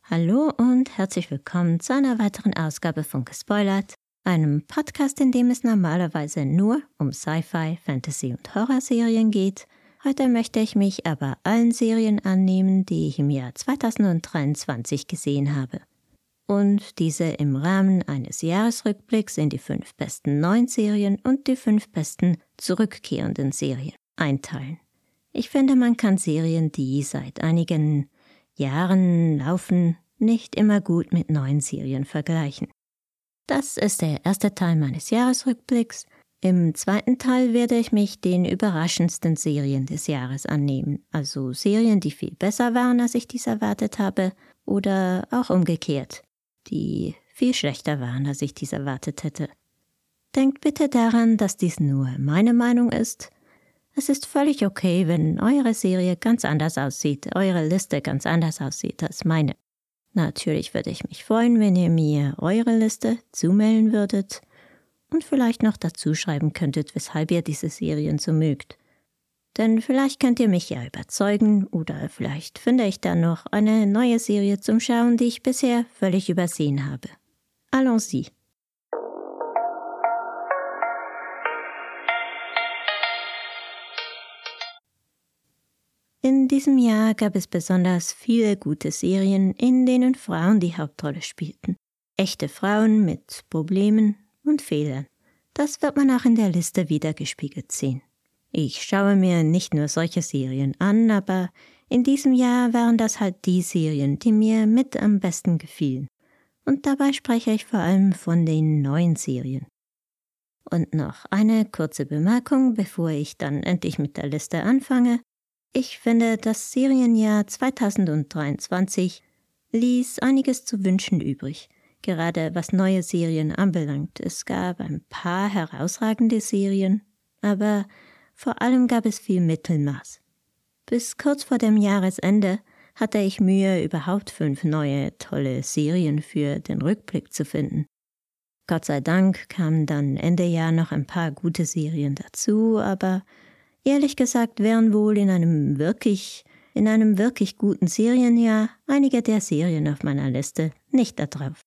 Hallo und herzlich willkommen zu einer weiteren Ausgabe von Gespoilert, einem Podcast, in dem es normalerweise nur um Sci-Fi, Fantasy und Horrorserien geht. Heute möchte ich mich aber allen Serien annehmen, die ich im Jahr 2023 gesehen habe. Und diese im Rahmen eines Jahresrückblicks in die 5 besten neuen Serien und die 5 besten zurückkehrenden Serien einteilen. Ich finde, man kann Serien, die seit einigen Jahren laufen, nicht immer gut mit neuen Serien vergleichen. Das ist der erste Teil meines Jahresrückblicks. Im zweiten Teil werde ich mich den überraschendsten Serien des Jahres annehmen, also Serien, die viel besser waren, als ich dies erwartet habe, oder auch umgekehrt, die viel schlechter waren, als ich dies erwartet hätte. Denkt bitte daran, dass dies nur meine Meinung ist. Es ist völlig okay, wenn eure Serie ganz anders aussieht, eure Liste ganz anders aussieht als meine. Natürlich würde ich mich freuen, wenn ihr mir eure Liste zumailen würdet und vielleicht noch dazu schreiben könntet, weshalb ihr diese Serien so mögt. Denn vielleicht könnt ihr mich ja überzeugen oder vielleicht finde ich dann noch eine neue Serie zum Schauen, die ich bisher völlig übersehen habe. Allons-y! In diesem Jahr gab es besonders viele gute Serien, in denen Frauen die Hauptrolle spielten. Echte Frauen mit Problemen und Fehlern. Das wird man auch in der Liste wiedergespiegelt sehen. Ich schaue mir nicht nur solche Serien an, aber in diesem Jahr waren das halt die Serien, die mir mit am besten gefielen. Und dabei spreche ich vor allem von den neuen Serien. Und noch eine kurze Bemerkung, bevor ich dann endlich mit der Liste anfange. Ich finde, das Serienjahr 2023 ließ einiges zu wünschen übrig, gerade was neue Serien anbelangt. Es gab ein paar herausragende Serien, aber vor allem gab es viel Mittelmaß. Bis kurz vor dem Jahresende hatte ich Mühe, überhaupt 5 neue, tolle Serien für den Rückblick zu finden. Gott sei Dank kamen dann Ende Jahr noch ein paar gute Serien dazu, aber ehrlich gesagt wären wohl in einem wirklich guten Serienjahr einige der Serien auf meiner Liste nicht da drauf.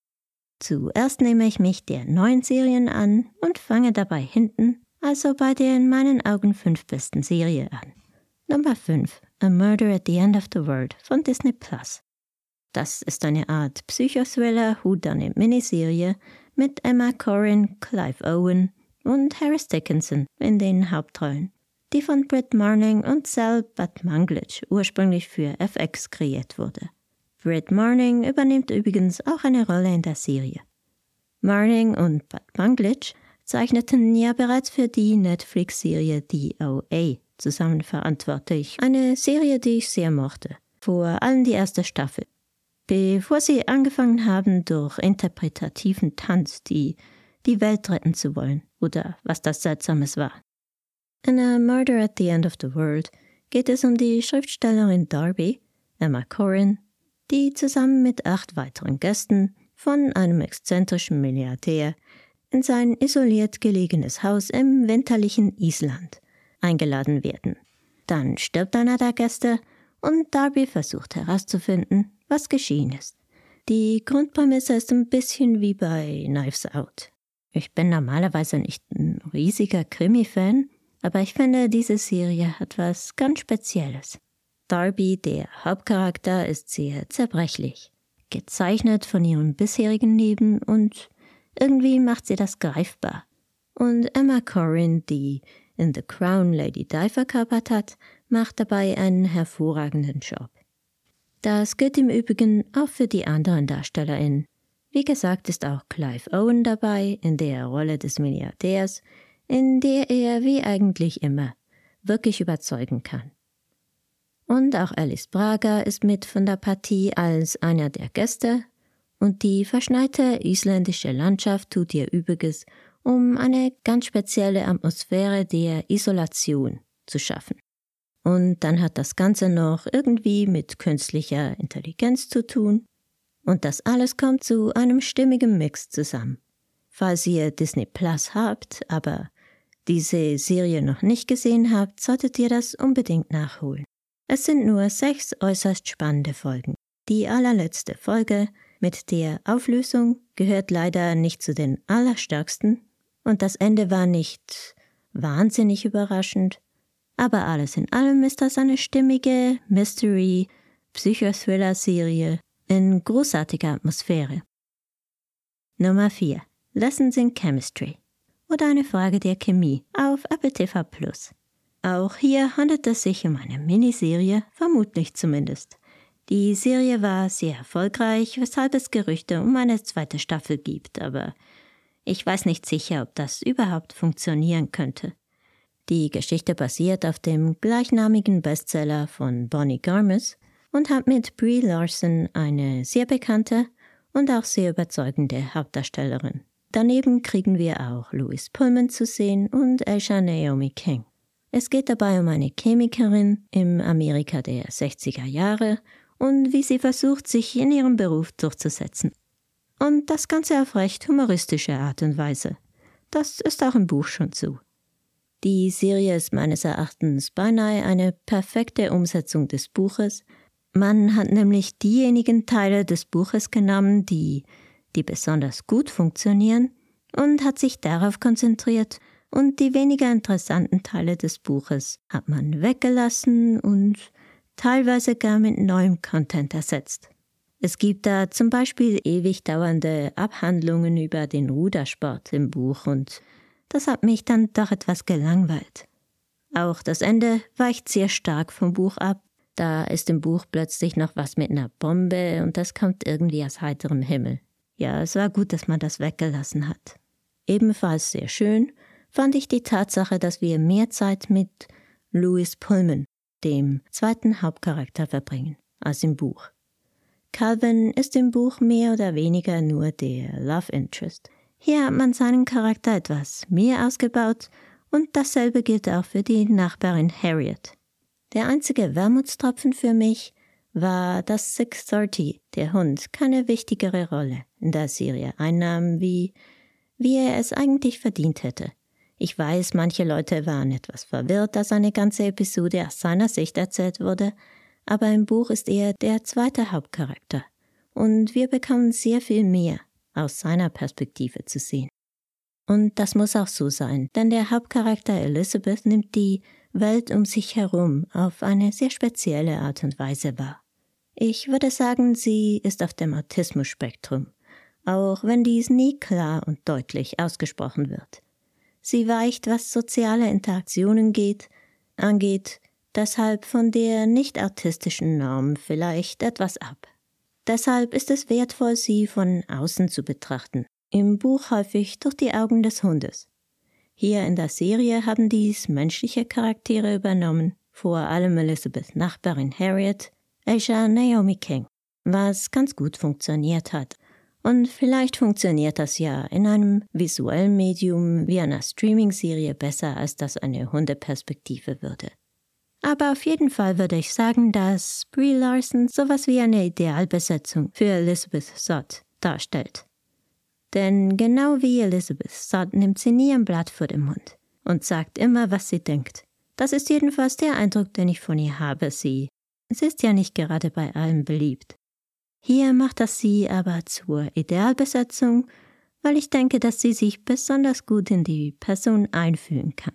Zuerst nehme ich mich der neuen Serien an und fange dabei hinten, also bei der in meinen Augen 5 besten Serie an. Nummer 5, A Murder at the End of the World von Disney+. Das ist eine Art Psychothriller-Whodunit-Miniserie mit Emma Corrin, Clive Owen und Harris Dickinson in den Hauptrollen, die von Brit Marling und Sal Batmanglij ursprünglich für FX kreiert wurde. Brit Marling übernimmt übrigens auch eine Rolle in der Serie. Marling und Batmanglij zeichneten ja bereits für die Netflix-Serie DOA zusammen verantwortlich, eine Serie, die ich sehr mochte, vor allem die erste Staffel. Bevor sie angefangen haben, durch interpretativen Tanz die Welt retten zu wollen, oder was das Seltsames war. In A Murder at the End of the World geht es um die Schriftstellerin Darby, Emma Corrin, die zusammen mit 8 weiteren Gästen von einem exzentrischen Milliardär in sein isoliert gelegenes Haus im winterlichen Island eingeladen werden. Dann stirbt einer der Gäste und Darby versucht herauszufinden, was geschehen ist. Die Grundprämisse ist ein bisschen wie bei Knives Out. Ich bin normalerweise nicht ein riesiger Krimi-Fan, aber ich finde, diese Serie hat was ganz Spezielles. Darby, der Hauptcharakter, ist sehr zerbrechlich, gezeichnet von ihrem bisherigen Leben und irgendwie macht sie das greifbar. Und Emma Corrin, die in The Crown Lady Di verkörpert hat, macht dabei einen hervorragenden Job. Das gilt im Übrigen auch für die anderen DarstellerInnen. Wie gesagt, ist auch Clive Owen dabei in der Rolle des Milliardärs, in der er, wie eigentlich immer, wirklich überzeugen kann. Und auch Alice Braga ist mit von der Partie als einer der Gäste und die verschneite isländische Landschaft tut ihr Übriges, um eine ganz spezielle Atmosphäre der Isolation zu schaffen. Und dann hat das Ganze noch irgendwie mit künstlicher Intelligenz zu tun und das alles kommt zu einem stimmigen Mix zusammen. Falls ihr Disney Plus habt, aber diese Serie noch nicht gesehen habt, solltet ihr das unbedingt nachholen. Es sind nur 6 äußerst spannende Folgen. Die allerletzte Folge mit der Auflösung gehört leider nicht zu den allerstärksten und das Ende war nicht wahnsinnig überraschend, aber alles in allem ist das eine stimmige Mystery-Psychothriller-Serie in großartiger Atmosphäre. Nummer 4. Lessons in Chemistry oder eine Frage der Chemie auf Apple TV+. Auch hier handelt es sich um eine Miniserie, vermutlich zumindest. Die Serie war sehr erfolgreich, weshalb es Gerüchte um eine zweite Staffel gibt, aber ich weiß nicht sicher, ob das überhaupt funktionieren könnte. Die Geschichte basiert auf dem gleichnamigen Bestseller von Bonnie Garmus und hat mit Brie Larson eine sehr bekannte und auch sehr überzeugende Hauptdarstellerin. Daneben kriegen wir auch Louise Pullman zu sehen und Aisha Naomi King. Es geht dabei um eine Chemikerin im Amerika der 60er Jahre und wie sie versucht, sich in ihrem Beruf durchzusetzen. Und das Ganze auf recht humoristische Art und Weise. Das ist auch im Buch schon so. Die Serie ist meines Erachtens beinahe eine perfekte Umsetzung des Buches. Man hat nämlich diejenigen Teile des Buches genommen, die besonders gut funktionieren, und hat sich darauf konzentriert, und die weniger interessanten Teile des Buches hat man weggelassen und teilweise gar mit neuem Content ersetzt. Es gibt da zum Beispiel ewig dauernde Abhandlungen über den Rudersport im Buch und das hat mich dann doch etwas gelangweilt. Auch das Ende weicht sehr stark vom Buch ab. Da ist im Buch plötzlich noch was mit einer Bombe und das kommt irgendwie aus heiterem Himmel. Ja, es war gut, dass man das weggelassen hat. Ebenfalls sehr schön fand ich die Tatsache, dass wir mehr Zeit mit Louise Pullman, dem zweiten Hauptcharakter, verbringen, als im Buch. Calvin ist im Buch mehr oder weniger nur der Love Interest. Hier hat man seinen Charakter etwas mehr ausgebaut und dasselbe gilt auch für die Nachbarin Harriet. Der einzige Wermutstropfen für mich war, dass 630, der Hund, keine wichtigere Rolle in der Serie einnahm, wie er es eigentlich verdient hätte. Ich weiß, manche Leute waren etwas verwirrt, dass eine ganze Episode aus seiner Sicht erzählt wurde, aber im Buch ist er der zweite Hauptcharakter und wir bekommen sehr viel mehr aus seiner Perspektive zu sehen. Und das muss auch so sein, denn der Hauptcharakter Elizabeth nimmt die Welt um sich herum auf eine sehr spezielle Art und Weise wahr. Ich würde sagen, sie ist auf dem Autismus-Spektrum, auch wenn dies nie klar und deutlich ausgesprochen wird. Sie weicht, was soziale Interaktionen angeht, deshalb von der nicht-autistischen Norm vielleicht etwas ab. Deshalb ist es wertvoll, sie von außen zu betrachten, im Buch häufig durch die Augen des Hundes. Hier in der Serie haben dies menschliche Charaktere übernommen, vor allem Elizabeths Nachbarin Harriet, Aisha Naomi King, was ganz gut funktioniert hat. Und vielleicht funktioniert das ja in einem visuellen Medium wie einer Streaming-Serie besser, als das eine Hundeperspektive würde. Aber auf jeden Fall würde ich sagen, dass Brie Larson sowas wie eine Idealbesetzung für Elizabeth Zott darstellt. Denn genau wie Elizabeth Zott nimmt sie nie ein Blatt vor den Mund und sagt immer, was sie denkt. Das ist jedenfalls der Eindruck, den ich von ihr habe. Sie ist ja nicht gerade bei allen beliebt. Hier macht das sie aber zur Idealbesetzung, weil ich denke, dass sie sich besonders gut in die Person einfühlen kann.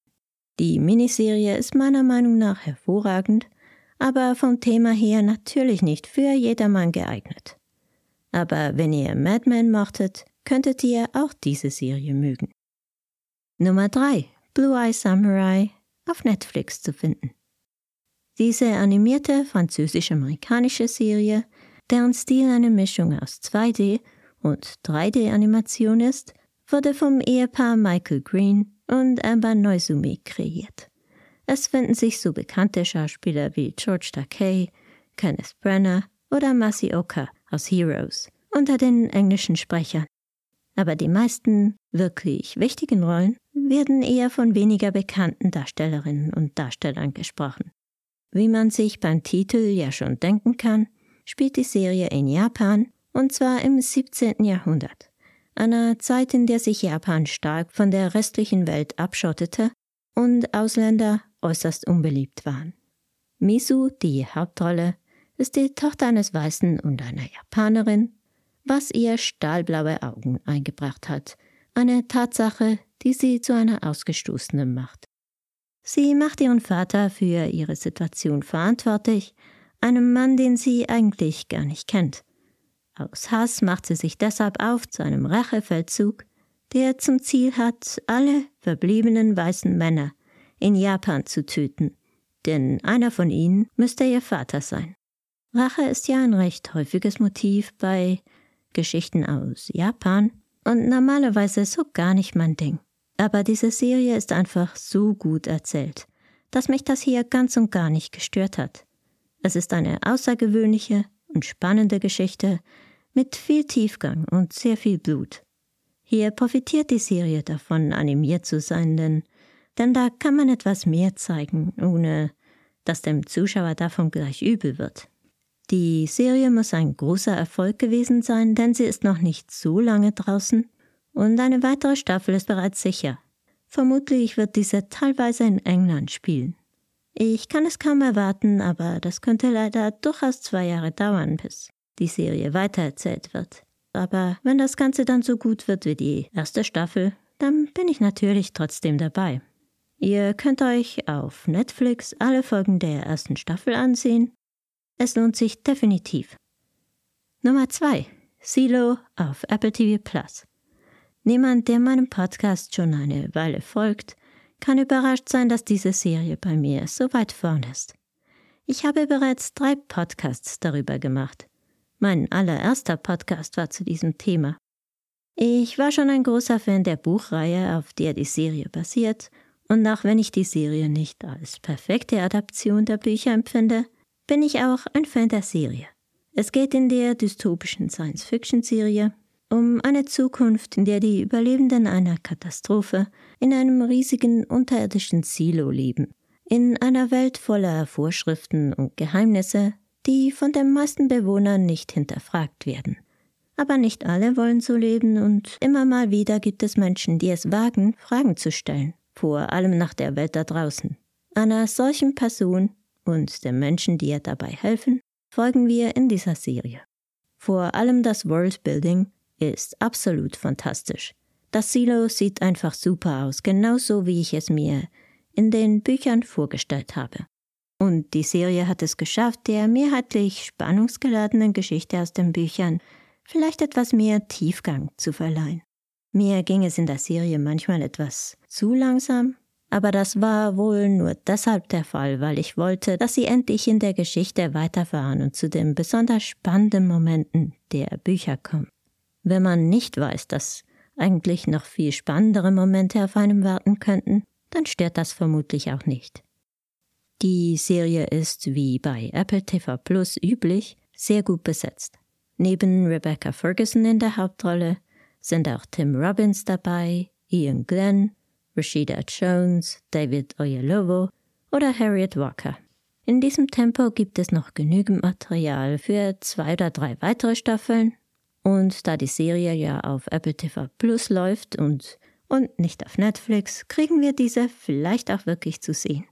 Die Miniserie ist meiner Meinung nach hervorragend, aber vom Thema her natürlich nicht für jedermann geeignet. Aber wenn ihr Mad Men mochtet, könntet ihr auch diese Serie mögen. Nummer 3. Blue Eye Samurai auf Netflix zu finden. Diese animierte französisch-amerikanische Serie, deren Stil eine Mischung aus 2D- und 3D-Animation ist, wurde vom Ehepaar Michael Green und Amber Noizumi kreiert. Es finden sich so bekannte Schauspieler wie George Takei, Kenneth Branagh oder Masaoka aus Heroes unter den englischen Sprechern. Aber die meisten wirklich wichtigen Rollen werden eher von weniger bekannten Darstellerinnen und Darstellern gesprochen. Wie man sich beim Titel ja schon denken kann, spielt die Serie in Japan, und zwar im 17. Jahrhundert. Einer Zeit, in der sich Japan stark von der restlichen Welt abschottete und Ausländer äußerst unbeliebt waren. Misu, die Hauptrolle, ist die Tochter eines Weißen und einer Japanerin, was ihr stahlblaue Augen eingebracht hat, eine Tatsache, die sie zu einer Ausgestoßenen macht. Sie macht ihren Vater für ihre Situation verantwortlich, einem Mann, den sie eigentlich gar nicht kennt. Aus Hass macht sie sich deshalb auf zu einem Rachefeldzug, der zum Ziel hat, alle verbliebenen weißen Männer in Japan zu töten, denn einer von ihnen müsste ihr Vater sein. Rache ist ja ein recht häufiges Motiv bei Geschichten aus Japan und normalerweise so gar nicht mein Ding. Aber diese Serie ist einfach so gut erzählt, dass mich das hier ganz und gar nicht gestört hat. Es ist eine außergewöhnliche und spannende Geschichte mit viel Tiefgang und sehr viel Blut. Hier profitiert die Serie davon, animiert zu sein, denn da kann man etwas mehr zeigen, ohne dass dem Zuschauer davon gleich übel wird. Die Serie muss ein großer Erfolg gewesen sein, denn sie ist noch nicht so lange draußen und eine weitere Staffel ist bereits sicher. Vermutlich wird diese teilweise in England spielen. Ich kann es kaum erwarten, aber das könnte leider durchaus 2 Jahre dauern, bis die Serie weitererzählt wird. Aber wenn das Ganze dann so gut wird wie die erste Staffel, dann bin ich natürlich trotzdem dabei. Ihr könnt euch auf Netflix alle Folgen der ersten Staffel ansehen. Es lohnt sich definitiv. Nummer 2. Silo auf Apple TV+. Niemand, der meinem Podcast schon eine Weile folgt, kann überrascht sein, dass diese Serie bei mir so weit vorn ist. Ich habe bereits 3 Podcasts darüber gemacht. Mein allererster Podcast war zu diesem Thema. Ich war schon ein großer Fan der Buchreihe, auf der die Serie basiert, und auch wenn ich die Serie nicht als perfekte Adaption der Bücher empfinde, bin ich auch ein Fan der Serie. Es geht in der dystopischen Science-Fiction-Serie um eine Zukunft, in der die Überlebenden einer Katastrophe in einem riesigen unterirdischen Silo leben. In einer Welt voller Vorschriften und Geheimnisse, die von den meisten Bewohnern nicht hinterfragt werden. Aber nicht alle wollen so leben und immer mal wieder gibt es Menschen, die es wagen, Fragen zu stellen, vor allem nach der Welt da draußen. Einer solchen Person und den Menschen, die ihr dabei helfen, folgen wir in dieser Serie. Vor allem das Worldbuilding ist absolut fantastisch. Das Silo sieht einfach super aus, genauso wie ich es mir in den Büchern vorgestellt habe. Und die Serie hat es geschafft, der mehrheitlich spannungsgeladenen Geschichte aus den Büchern vielleicht etwas mehr Tiefgang zu verleihen. Mir ging es in der Serie manchmal etwas zu langsam, aber das war wohl nur deshalb der Fall, weil ich wollte, dass sie endlich in der Geschichte weiterfahren und zu den besonders spannenden Momenten der Bücher kommen. Wenn man nicht weiß, dass eigentlich noch viel spannendere Momente auf einem warten könnten, dann stört das vermutlich auch nicht. Die Serie ist, wie bei Apple TV Plus üblich, sehr gut besetzt. Neben Rebecca Ferguson in der Hauptrolle sind auch Tim Robbins dabei, Ian Glenn, Rashida Jones, David Oyelowo oder Harriet Walker. In diesem Tempo gibt es noch genügend Material für 2 oder 3 weitere Staffeln. Und da die Serie ja auf Apple TV Plus läuft und nicht auf Netflix, kriegen wir diese vielleicht auch wirklich zu sehen.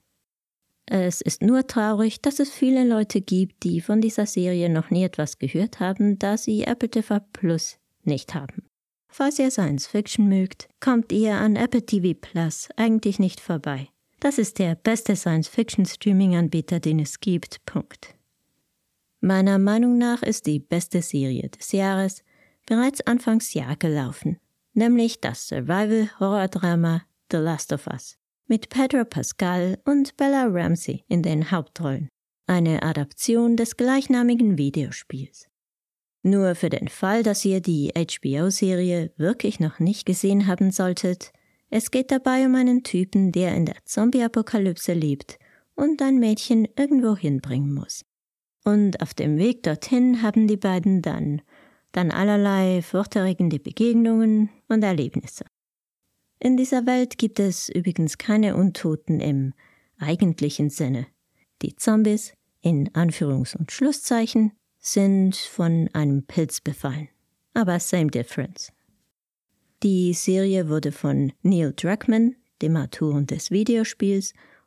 Es ist nur traurig, dass es viele Leute gibt, die von dieser Serie noch nie etwas gehört haben, da sie Apple TV Plus nicht haben. Falls ihr Science Fiction mögt, kommt ihr an Apple TV Plus eigentlich nicht vorbei. Das ist der beste Science Fiction Streaming-Anbieter, den es gibt. Punkt. Meiner Meinung nach ist die beste Serie des Jahres bereits Anfangsjahr gelaufen, nämlich das Survival-Horror-Drama The Last of Us mit Pedro Pascal und Bella Ramsey in den Hauptrollen, eine Adaption des gleichnamigen Videospiels. Nur für den Fall, dass ihr die HBO-Serie wirklich noch nicht gesehen haben solltet, es geht dabei um einen Typen, der in der Zombie-Apokalypse lebt und ein Mädchen irgendwo hinbringen muss. Und auf dem Weg dorthin haben die beiden dann allerlei furchterregende Begegnungen und Erlebnisse. In dieser Welt gibt es übrigens keine Untoten im eigentlichen Sinne. Die Zombies, in Anführungs- und Schlusszeichen, sind von einem Pilz befallen. Aber same difference. Die Serie wurde von Neil Druckmann, dem Autor des Videospiels,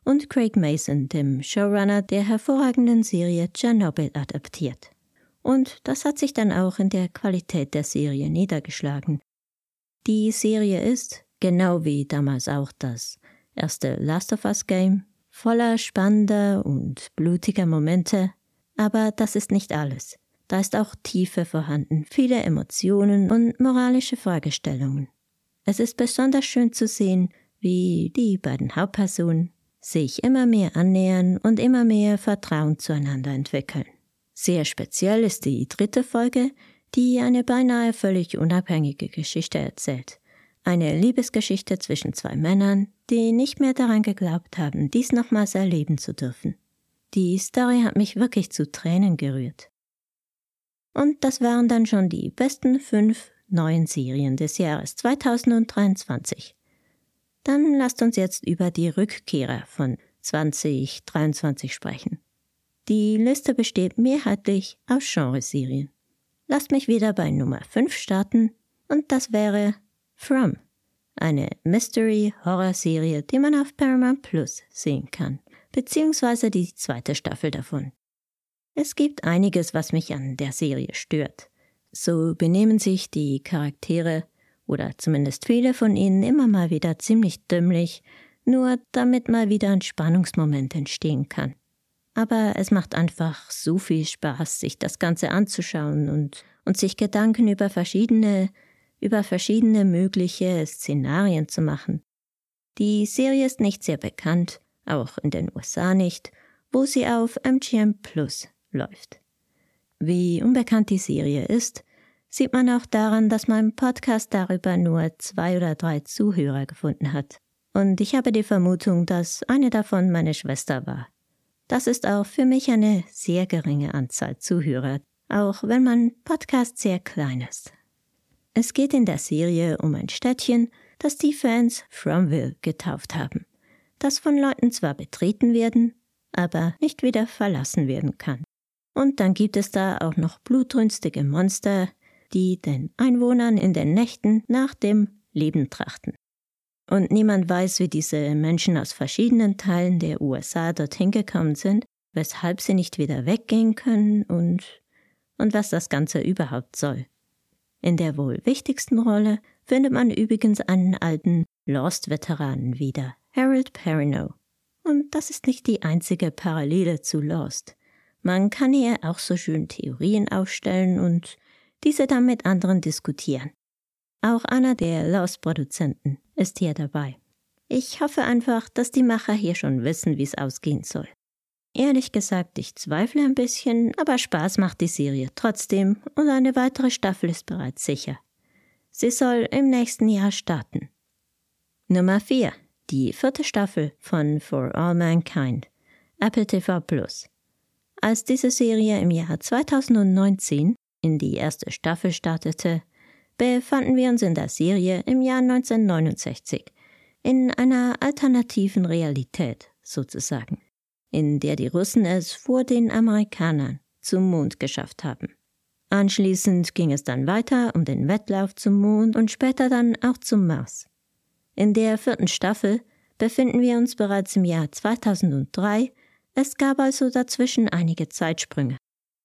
und Craig Mason, dem Showrunner der hervorragenden Serie Chernobyl, adaptiert. Und das hat sich dann auch in der Qualität der Serie niedergeschlagen. Die Serie ist, genau wie damals auch das erste Last of Us Game, voller spannender und blutiger Momente, aber das ist nicht alles. Da ist auch Tiefe vorhanden, viele Emotionen und moralische Fragestellungen. Es ist besonders schön zu sehen, wie die beiden Hauptpersonen sich immer mehr annähern und immer mehr Vertrauen zueinander entwickeln. Sehr speziell ist die 3. Folge, die eine beinahe völlig unabhängige Geschichte erzählt. Eine Liebesgeschichte zwischen 2 Männern, die nicht mehr daran geglaubt haben, dies nochmals erleben zu dürfen. Die Story hat mich wirklich zu Tränen gerührt. Und das waren dann schon die besten 5 neuen Serien des Jahres 2023. Dann lasst uns jetzt über die Rückkehrer von 2023 sprechen. Die Liste besteht mehrheitlich aus Genreserien. Lasst mich wieder bei Nummer 5 starten und das wäre From, eine Mystery-Horror-Serie, die man auf Paramount Plus sehen kann, beziehungsweise die 2. Staffel davon. Es gibt einiges, was mich an der Serie stört. So benehmen sich die Charaktere, oder zumindest viele von ihnen, immer mal wieder ziemlich dümmlich, nur damit mal wieder ein Spannungsmoment entstehen kann. Aber es macht einfach so viel Spaß, sich das Ganze anzuschauen und sich Gedanken über verschiedene mögliche Szenarien zu machen. Die Serie ist nicht sehr bekannt, auch in den USA nicht, wo sie auf MGM Plus läuft. Wie unbekannt die Serie ist, sieht man auch daran, dass mein Podcast darüber nur 2 oder 3 Zuhörer gefunden hat. Und ich habe die Vermutung, dass eine davon meine Schwester war. Das ist auch für mich eine sehr geringe Anzahl Zuhörer, auch wenn mein Podcast sehr klein ist. Es geht in der Serie um ein Städtchen, das die Fans Fromville getauft haben, das von Leuten zwar betreten werden, aber nicht wieder verlassen werden kann. Und dann gibt es da auch noch blutrünstige Monster, die den Einwohnern in den Nächten nach dem Leben trachten. Und niemand weiß, wie diese Menschen aus verschiedenen Teilen der USA dorthin gekommen sind, weshalb sie nicht wieder weggehen können und was das Ganze überhaupt soll. In der wohl wichtigsten Rolle findet man übrigens einen alten Lost-Veteranen wieder, Harold Perrineau. Und das ist nicht die einzige Parallele zu Lost. Man kann hier auch so schön Theorien aufstellen und diese dann mit anderen diskutieren. Auch einer der Lost-Produzenten ist hier dabei. Ich hoffe einfach, dass die Macher hier schon wissen, wie es ausgehen soll. Ehrlich gesagt, ich zweifle ein bisschen, aber Spaß macht die Serie trotzdem und eine weitere Staffel ist bereits sicher. Sie soll im nächsten Jahr starten. Nummer 4. Die 4. Staffel von For All Mankind, Apple TV+. Als diese Serie im Jahr 2019 in die 1. Staffel startete, befanden wir uns in der Serie im Jahr 1969, in einer alternativen Realität sozusagen, in der die Russen es vor den Amerikanern zum Mond geschafft haben. Anschließend ging es dann weiter um den Wettlauf zum Mond und später dann auch zum Mars. In der 4. Staffel befinden wir uns bereits im Jahr 2003, es gab also dazwischen einige Zeitsprünge.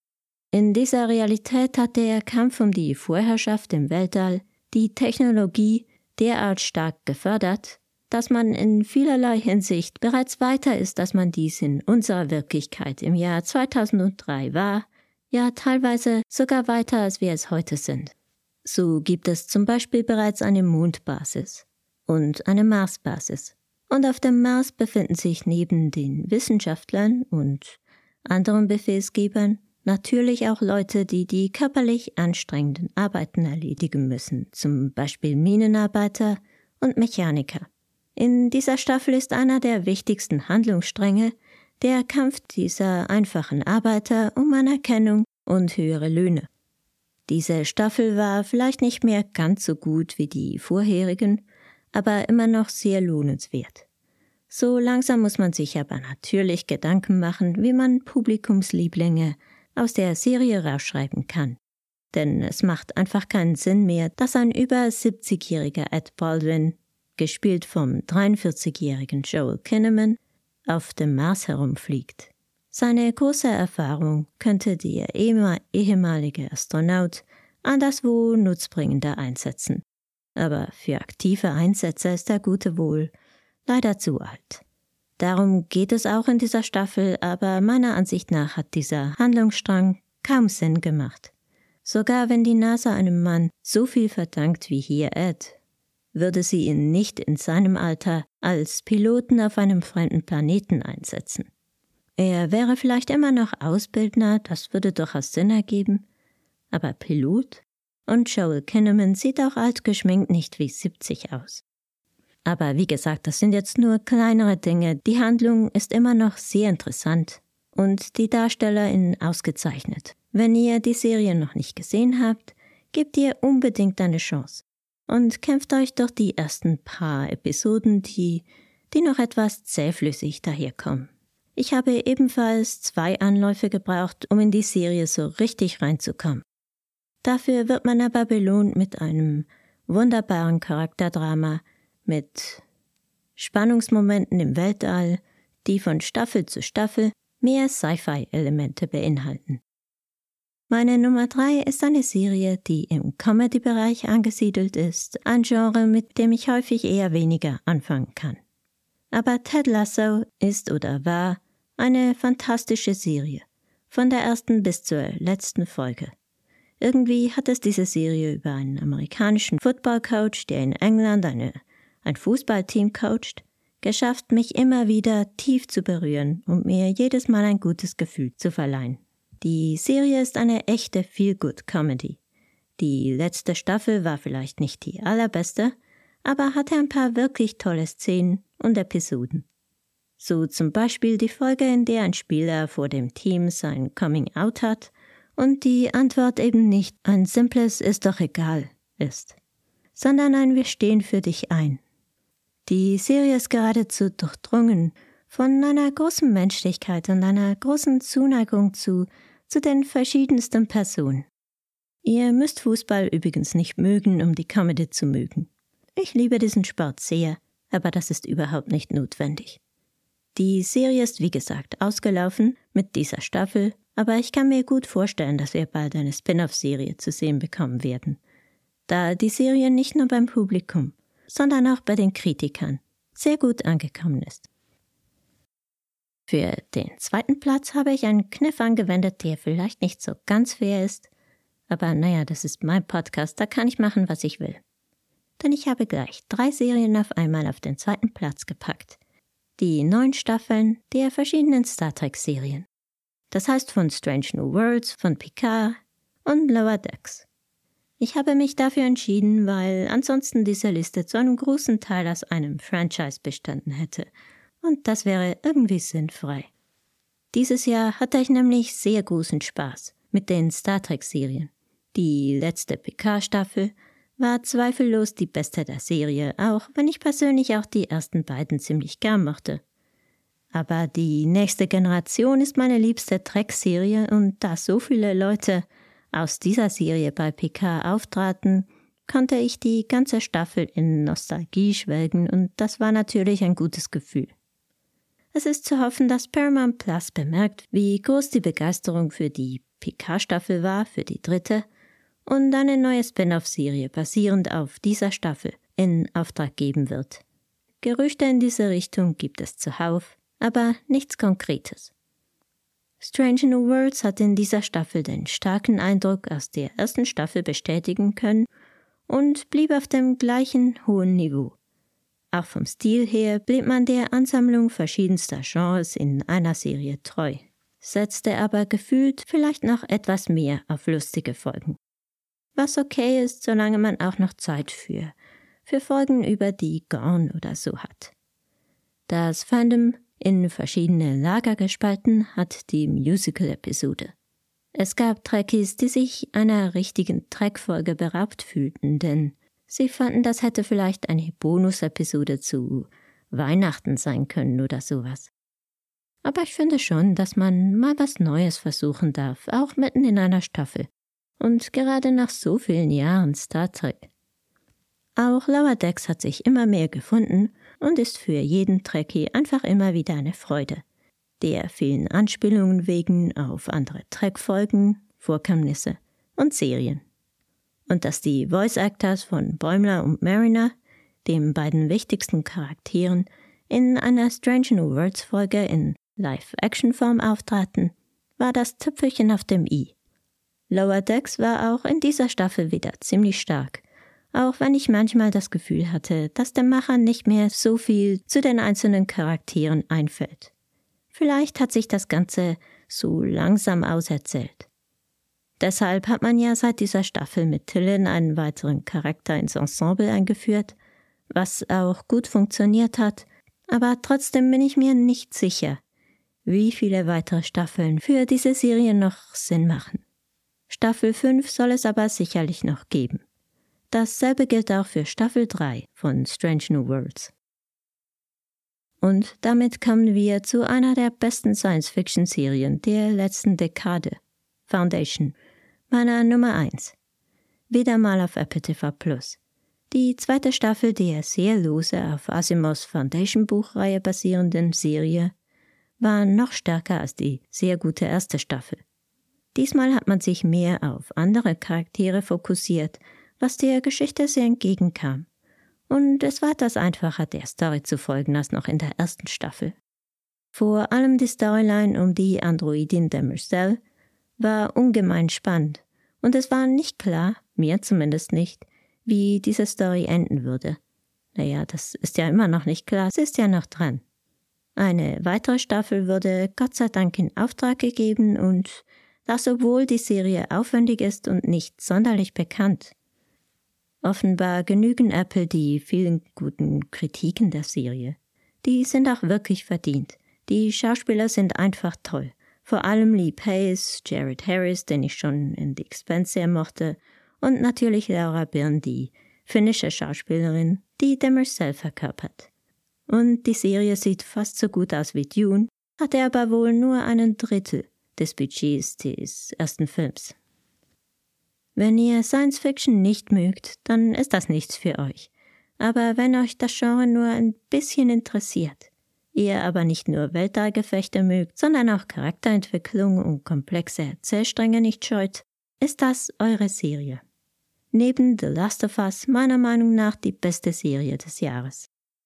In dieser Realität hat der Kampf um die Vorherrschaft im Weltall die Technologie derart stark gefördert, dass man in vielerlei Hinsicht bereits weiter ist, als man dies in unserer Wirklichkeit im Jahr 2003 war, ja teilweise sogar weiter, als wir es heute sind. So gibt es zum Beispiel bereits eine Mondbasis und eine Marsbasis. Und auf dem Mars befinden sich neben den Wissenschaftlern und anderen Befehlsgebern natürlich auch Leute, die körperlich anstrengenden Arbeiten erledigen müssen, zum Beispiel Minenarbeiter und Mechaniker. In dieser Staffel ist einer der wichtigsten Handlungsstränge der Kampf dieser einfachen Arbeiter um Anerkennung und höhere Löhne. Diese Staffel war vielleicht nicht mehr ganz so gut wie die vorherigen, aber immer noch sehr lohnenswert. So langsam muss man sich aber natürlich Gedanken machen, wie man Publikumslieblinge aus der Serie rausschreiben kann. Denn es macht einfach keinen Sinn mehr, dass ein über 70-jähriger Ed Baldwin, gespielt vom 43-jährigen Joel Kinnaman, auf dem Mars herumfliegt. Seine große Erfahrung könnte der ehemalige Astronaut anderswo nutzbringender einsetzen. Aber für aktive Einsätze ist der Gute wohl leider zu alt. Darum geht es auch in dieser Staffel, aber meiner Ansicht nach hat dieser Handlungsstrang kaum Sinn gemacht. Sogar wenn die NASA einem Mann so viel verdankt wie hier Ed, würde sie ihn nicht in seinem Alter als Piloten auf einem fremden Planeten einsetzen. Er wäre vielleicht immer noch Ausbildner, das würde durchaus Sinn ergeben, aber Pilot? Und Joel Kinnaman sieht auch alt geschminkt nicht wie 70 aus. Aber wie gesagt, das sind jetzt nur kleinere Dinge. Die Handlung ist immer noch sehr interessant und die DarstellerInnen ausgezeichnet. Wenn ihr die Serie noch nicht gesehen habt, gebt ihr unbedingt eine Chance und kämpft euch durch die ersten paar Episoden, die noch etwas zähflüssig daherkommen. Ich habe ebenfalls 2 Anläufe gebraucht, um in die Serie so richtig reinzukommen. Dafür wird man aber belohnt mit einem wunderbaren Charakterdrama, mit Spannungsmomenten im Weltall, die von Staffel zu Staffel mehr Sci-Fi-Elemente beinhalten. Meine Nummer 3 ist eine Serie, die im Comedy-Bereich angesiedelt ist, ein Genre, mit dem ich häufig eher weniger anfangen kann. Aber Ted Lasso ist oder war eine fantastische Serie, von der ersten bis zur letzten Folge. Irgendwie hat es diese Serie über einen amerikanischen Football-Coach, der in England ein Fußballteam coacht, geschafft, mich immer wieder tief zu berühren und mir jedes Mal ein gutes Gefühl zu verleihen. Die Serie ist eine echte Feel-Good-Comedy. Die letzte Staffel war vielleicht nicht die allerbeste, aber hatte ein paar wirklich tolle Szenen und Episoden. So zum Beispiel die Folge, in der ein Spieler vor dem Team sein Coming-out hat und die Antwort eben nicht ein simples »Ist doch egal« ist, sondern ein »Wir stehen für dich ein«. Die Serie ist geradezu durchdrungen von einer großen Menschlichkeit und einer großen Zuneigung zu den verschiedensten Personen. Ihr müsst Fußball übrigens nicht mögen, um die Comedy zu mögen. Ich liebe diesen Sport sehr, aber das ist überhaupt nicht notwendig. Die Serie ist wie gesagt ausgelaufen mit dieser Staffel, aber ich kann mir gut vorstellen, dass wir bald eine Spin-off-Serie zu sehen bekommen werden, da die Serie nicht nur beim Publikum, sondern auch bei den Kritikern sehr gut angekommen ist. Für den 2. Platz habe ich einen Kniff angewendet, der vielleicht nicht so ganz fair ist, aber naja, das ist mein Podcast, da kann ich machen, was ich will. Denn ich habe gleich 3 Serien auf einmal auf den 2. Platz gepackt. Die 9 Staffeln der verschiedenen Star Trek-Serien. Das heißt von Strange New Worlds, von Picard und Lower Decks. Ich habe mich dafür entschieden, weil ansonsten diese Liste zu einem großen Teil aus einem Franchise bestanden hätte. Und das wäre irgendwie sinnfrei. Dieses Jahr hatte ich nämlich sehr großen Spaß mit den Star Trek-Serien. Die letzte Picard-Staffel war zweifellos die beste der Serie, auch wenn ich persönlich auch die ersten beiden ziemlich gern mochte. Aber die nächste Generation ist meine liebste Trek-Serie und da so viele Leute aus dieser Serie bei Picard auftraten, konnte ich die ganze Staffel in Nostalgie schwelgen und das war natürlich ein gutes Gefühl. Es ist zu hoffen, dass Paramount Plus bemerkt, wie groß die Begeisterung für die Picard-Staffel war, für die 3. und eine neue Spin-off-Serie basierend auf dieser Staffel in Auftrag geben wird. Gerüchte in diese Richtung gibt es zuhauf, aber nichts Konkretes. Strange New Worlds hat in dieser Staffel den starken Eindruck aus der ersten Staffel bestätigen können und blieb auf dem gleichen hohen Niveau. Auch vom Stil her blieb man der Ansammlung verschiedenster Genres in einer Serie treu, setzte aber gefühlt vielleicht noch etwas mehr auf lustige Folgen. Was okay ist, solange man auch noch Zeit für Folgen über die Gorn oder so hat. Das Fandom in verschiedene Lager gespalten hat die Musical-Episode. Es gab Trekkies, die sich einer richtigen Trek-Folge beraubt fühlten, denn sie fanden, das hätte vielleicht eine Bonus-Episode zu Weihnachten sein können oder sowas. Aber ich finde schon, dass man mal was Neues versuchen darf, auch mitten in einer Staffel. Und gerade nach so vielen Jahren Star Trek. Auch Lower Decks hat sich immer mehr gefunden und ist für jeden Trekkie einfach immer wieder eine Freude. Der vielen Anspielungen wegen auf andere Trek-Folgen, Vorkommnisse und Serien. Und dass die Voice-Actors von Bäumler und Mariner, den beiden wichtigsten Charakteren, in einer Strange New Worlds-Folge in Live-Action-Form auftraten, war das Tüpfelchen auf dem i. Lower Decks war auch in dieser Staffel wieder ziemlich stark, auch wenn ich manchmal das Gefühl hatte, dass dem Macher nicht mehr so viel zu den einzelnen Charakteren einfällt. Vielleicht hat sich das Ganze so langsam auserzählt. Deshalb hat man ja seit dieser Staffel mit Tillin einen weiteren Charakter ins Ensemble eingeführt, was auch gut funktioniert hat, aber trotzdem bin ich mir nicht sicher, wie viele weitere Staffeln für diese Serie noch Sinn machen. Staffel 5 soll es aber sicherlich noch geben. Dasselbe gilt auch für Staffel 3 von Strange New Worlds. Und damit kommen wir zu einer der besten Science-Fiction-Serien der letzten Dekade, Foundation, meiner Nummer 1. Wieder mal auf Apple TV+. Die zweite Staffel der sehr lose auf Asimovs Foundation-Buchreihe basierenden Serie war noch stärker als die sehr gute erste Staffel. Diesmal hat man sich mehr auf andere Charaktere fokussiert, was der Geschichte sehr entgegenkam. Und es war etwas einfacher, der Story zu folgen, als noch in der ersten Staffel. Vor allem die Storyline um die Androidin Demerzel war ungemein spannend. Und es war nicht klar, mir zumindest nicht, wie diese Story enden würde. Naja, das ist ja immer noch nicht klar, sie ist ja noch dran. Eine weitere Staffel wurde Gott sei Dank in Auftrag gegeben und das obwohl die Serie aufwendig ist und nicht sonderlich bekannt. Offenbar genügen Apple die vielen guten Kritiken der Serie. Die sind auch wirklich verdient. Die Schauspieler sind einfach toll. Vor allem Lee Pace, Jared Harris, den ich schon in The Expanse sehr mochte, und natürlich Laura Byrne, die finnische Schauspielerin, die Demerzel verkörpert. Und die Serie sieht fast so gut aus wie Dune, hatte aber wohl nur 1/3 des Budgets des ersten Films. Wenn ihr Science-Fiction nicht mögt, dann ist das nichts für euch. Aber wenn euch das Genre nur ein bisschen interessiert, ihr aber nicht nur Weltallgefechte mögt, sondern auch Charakterentwicklung und komplexe Erzählstränge nicht scheut, ist das eure Serie. Neben The Last of Us meiner Meinung nach die beste Serie des Jahres.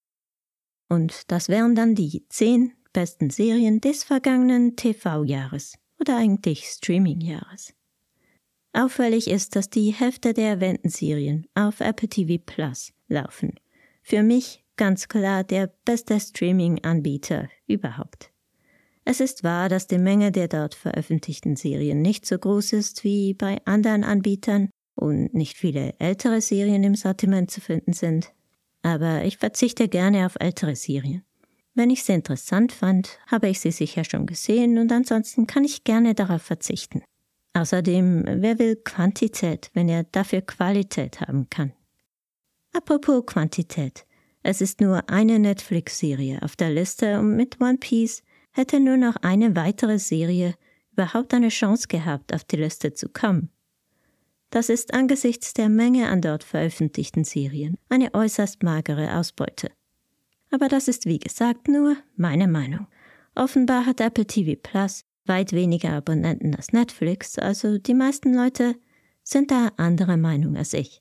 Und das wären dann die 10 besten Serien des vergangenen TV-Jahres oder eigentlich Streaming-Jahres. Auffällig ist, dass die Hälfte der erwähnten Serien auf Apple TV Plus laufen. Für mich ganz klar der beste Streaming-Anbieter überhaupt. Es ist wahr, dass die Menge der dort veröffentlichten Serien nicht so groß ist wie bei anderen Anbietern und nicht viele ältere Serien im Sortiment zu finden sind. Aber ich verzichte gerne auf ältere Serien. Wenn ich sie interessant fand, habe ich sie sicher schon gesehen und ansonsten kann ich gerne darauf verzichten. Außerdem, wer will Quantität, wenn er dafür Qualität haben kann? Apropos Quantität. Es ist nur eine Netflix-Serie auf der Liste und mit One Piece hätte nur noch eine weitere Serie überhaupt eine Chance gehabt, auf die Liste zu kommen. Das ist angesichts der Menge an dort veröffentlichten Serien eine äußerst magere Ausbeute. Aber das ist wie gesagt nur meine Meinung. Offenbar hat Apple TV Plus weit weniger Abonnenten als Netflix, also die meisten Leute sind da anderer Meinung als ich.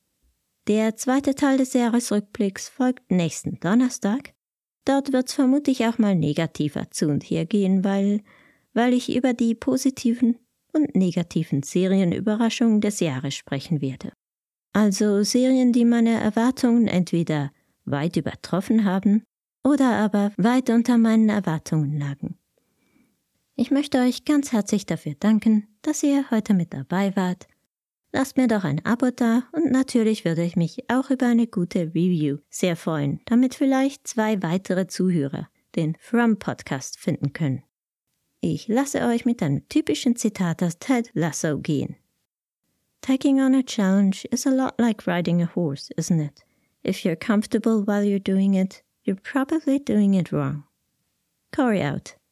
Der zweite Teil des Jahresrückblicks folgt nächsten Donnerstag. Dort wird's vermutlich auch mal negativer zu und her gehen, weil ich über die positiven und negativen Serienüberraschungen des Jahres sprechen werde. Also Serien, die meine Erwartungen entweder weit übertroffen haben oder aber weit unter meinen Erwartungen lagen. Ich möchte euch ganz herzlich dafür danken, dass ihr heute mit dabei wart. Lasst mir doch ein Abo da und natürlich würde ich mich auch über eine gute Review sehr freuen, damit vielleicht 2 weitere Zuhörer den From Podcast finden können. Ich lasse euch mit einem typischen Zitat aus Ted Lasso gehen. Taking on a challenge is a lot like riding a horse, isn't it? If you're comfortable while you're doing it, you're probably doing it wrong. Corey out.